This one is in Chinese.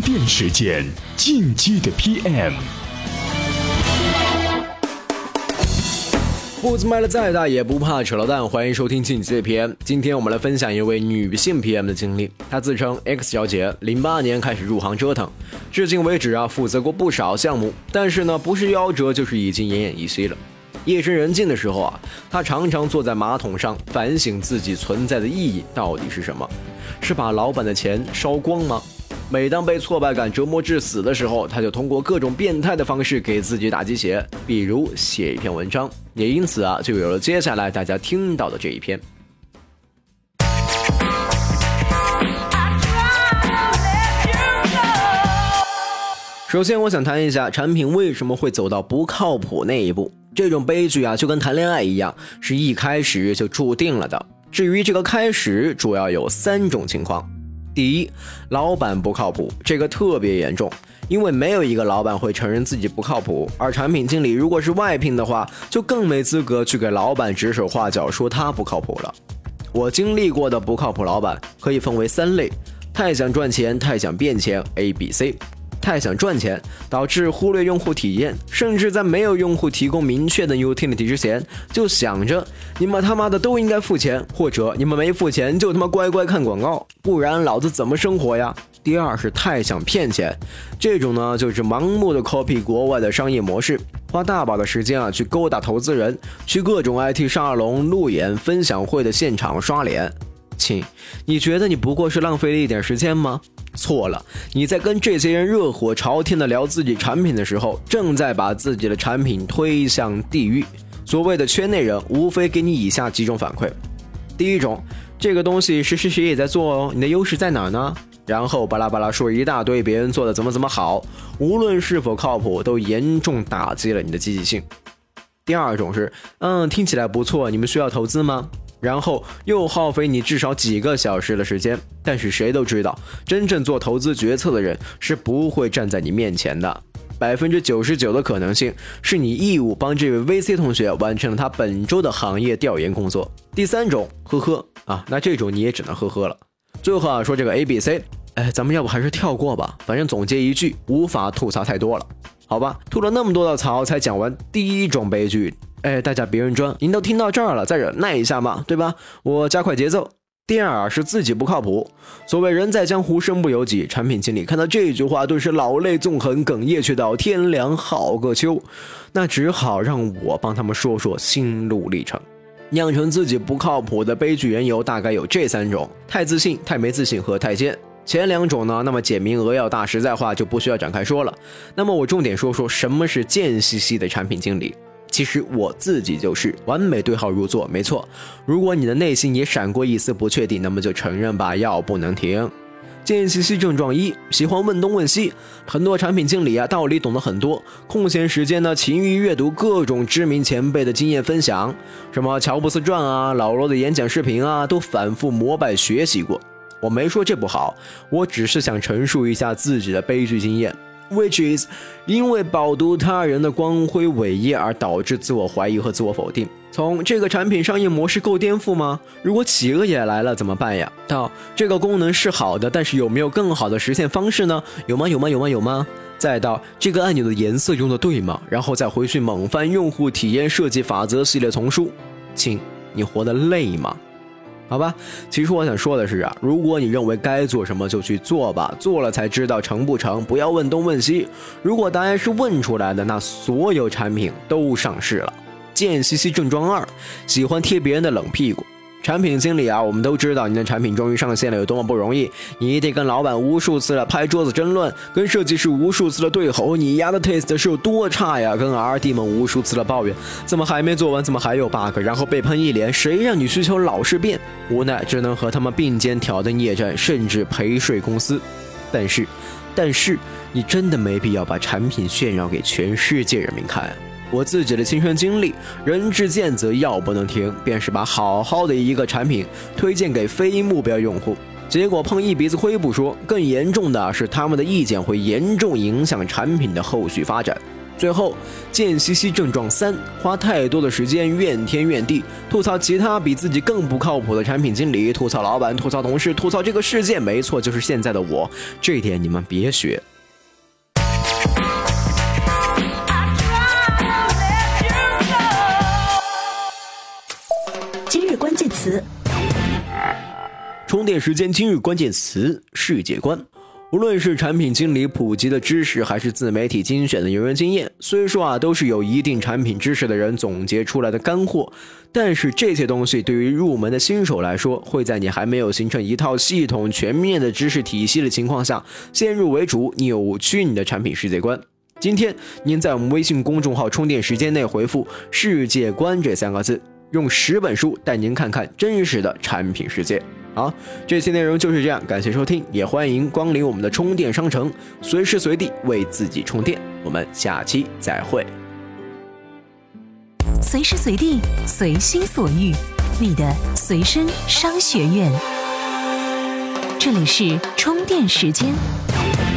电时间，进击的 PM。 步子迈得再大也不怕扯了蛋，欢迎收听进击的 PM。今天我们来分享一位女性 PM 的经历。她自称 X 小姐，08年开始入行折腾，至今为止负责过不少项目，但是呢，不是夭折就是已经奄奄一息了。夜深人静的时候她常常坐在马桶上反省自己存在的意义到底是什么？是把老板的钱烧光吗？每当被挫败感折磨致死的时候，他就通过各种变态的方式给自己打鸡血，比如写一篇文章，也因此就有了接下来大家听到的这一篇。首先我想谈一下产品为什么会走到不靠谱那一步。这种悲剧就跟谈恋爱一样，是一开始就注定了的。至于这个开始，主要有3种情况。第一，老板不靠谱，这个特别严重，因为没有一个老板会承认自己不靠谱，而产品经理如果是外聘的话，就更没资格去给老板指手画脚说他不靠谱了。我经历过的不靠谱老板可以分为3类：太想赚钱，太想变钱 ABC。太想赚钱，导致忽略用户体验，甚至在没有用户提供明确的 utility 之前，就想着你们他妈的都应该付钱，或者你们没付钱就他妈乖乖看广告，不然老子怎么生活呀？第二是太想骗钱，这种呢就是盲目的 copy 国外的商业模式，花大把的时间去勾搭投资人，去各种 IT 沙龙、路演、分享会的现场刷脸。亲，你觉得你不过是浪费了一点时间吗？错了，你在跟这些人热火朝天的聊自己产品的时候，正在把自己的产品推向地狱。所谓的圈内人，无非给你以下几种反馈：第一种，这个东西谁谁谁也在做哦，你的优势在哪呢？然后巴拉巴拉说一大堆别人做的怎么好，无论是否靠谱，都严重打击了你的积极性。第二种是，听起来不错，你们需要投资吗？然后又耗费你至少几个小时的时间，但是谁都知道，真正做投资决策的人是不会站在你面前的。99%的可能性是你义务帮这位 VC 同学完成了他本周的行业调研工作。第3种，呵呵那这种你也只能呵呵了。最后说这个 ABC，咱们要不还是跳过吧，反正总结一句，无法吐槽太多了。好吧，吐了那么多的槽才讲完第1种悲剧。大家别认真，您都听到这儿了，再忍耐一下嘛，对吧？我加快节奏。第二是自己不靠谱。所谓人在江湖身不由己，产品经理看到这句话顿时老泪纵横，哽咽去道天凉好个秋。那只好让我帮他们说说心路历程。酿成自己不靠谱的悲剧缘由大概有这3种：太自信、太没自信和太贱。前2种呢，那么简明扼要大实在话就不需要展开说了。那么我重点说说什么是贱兮兮的产品经理。其实我自己就是完美对号入座，没错。如果你的内心也闪过一丝不确定，那么就承认吧，药不能停。贱兮兮症状1，喜欢问东问西。很多产品经理道理懂得很多，空闲时间呢勤于阅读各种知名前辈的经验分享，什么乔布斯传老罗的演讲视频都反复膜拜学习过。我没说这不好，我只是想陈述一下自己的悲剧经验。Which is 因为饱读他人的光辉伟业而导致自我怀疑和自我否定。从这个产品商业模式够颠覆吗？如果企鹅也来了怎么办呀？到这个功能是好的，但是有没有更好的实现方式呢？有吗？再到这个按钮的颜色用的对吗？然后再回去猛翻用户体验设计法则系列丛书。亲，你活得累吗？好吧，其实我想说的是如果你认为该做什么就去做吧，做了才知道成不成，不要问东问西。如果答案是问出来的，那所有产品都上市了。贱兮兮症状2，喜欢贴别人的冷屁股。产品经理我们都知道你的产品终于上线了有多么不容易，你得跟老板无数次的拍桌子争论，跟设计师无数次的对吼你丫的 taste 是有多差呀，跟 RD 们无数次的抱怨怎么还没做完，怎么还有 bug， 然后被喷一脸谁让你需求老是变，无奈只能和他们并肩挑灯夜战，甚至陪睡公司。但是你真的没必要把产品炫耀给全世界人民看。我自己的亲身经历，人至贱则药不能停，便是把好好的一个产品推荐给非目标用户，结果碰一鼻子灰不说，更严重的是他们的意见会严重影响产品的后续发展。 最后，间隙息症状3，花太多的时间怨天怨地，吐槽其他比自己更不靠谱的产品经理，吐槽老板，吐槽同事，吐槽这个世界。没错，就是现在的我，这一点你们别学。 今日关键词， 充电时间今日关键词：世界观。无论是产品经理普及的知识，还是自媒体精选的用人经验，虽说都是有一定产品知识的人总结出来的干货，但是这些东西对于入门的新手来说，会在你还没有形成一套系统全面的知识体系的情况下，先入为主，扭曲你的产品世界观。今天您在我们微信公众号充电时间内回复世界观这3个字，用10本书带您看看真实的产品世界。好，这期内容就是这样，感谢收听，也欢迎光临我们的充电商城，随时随地为自己充电。我们下期再会。 随时随地，随心所欲，你的随身商学院。这里是充电时间。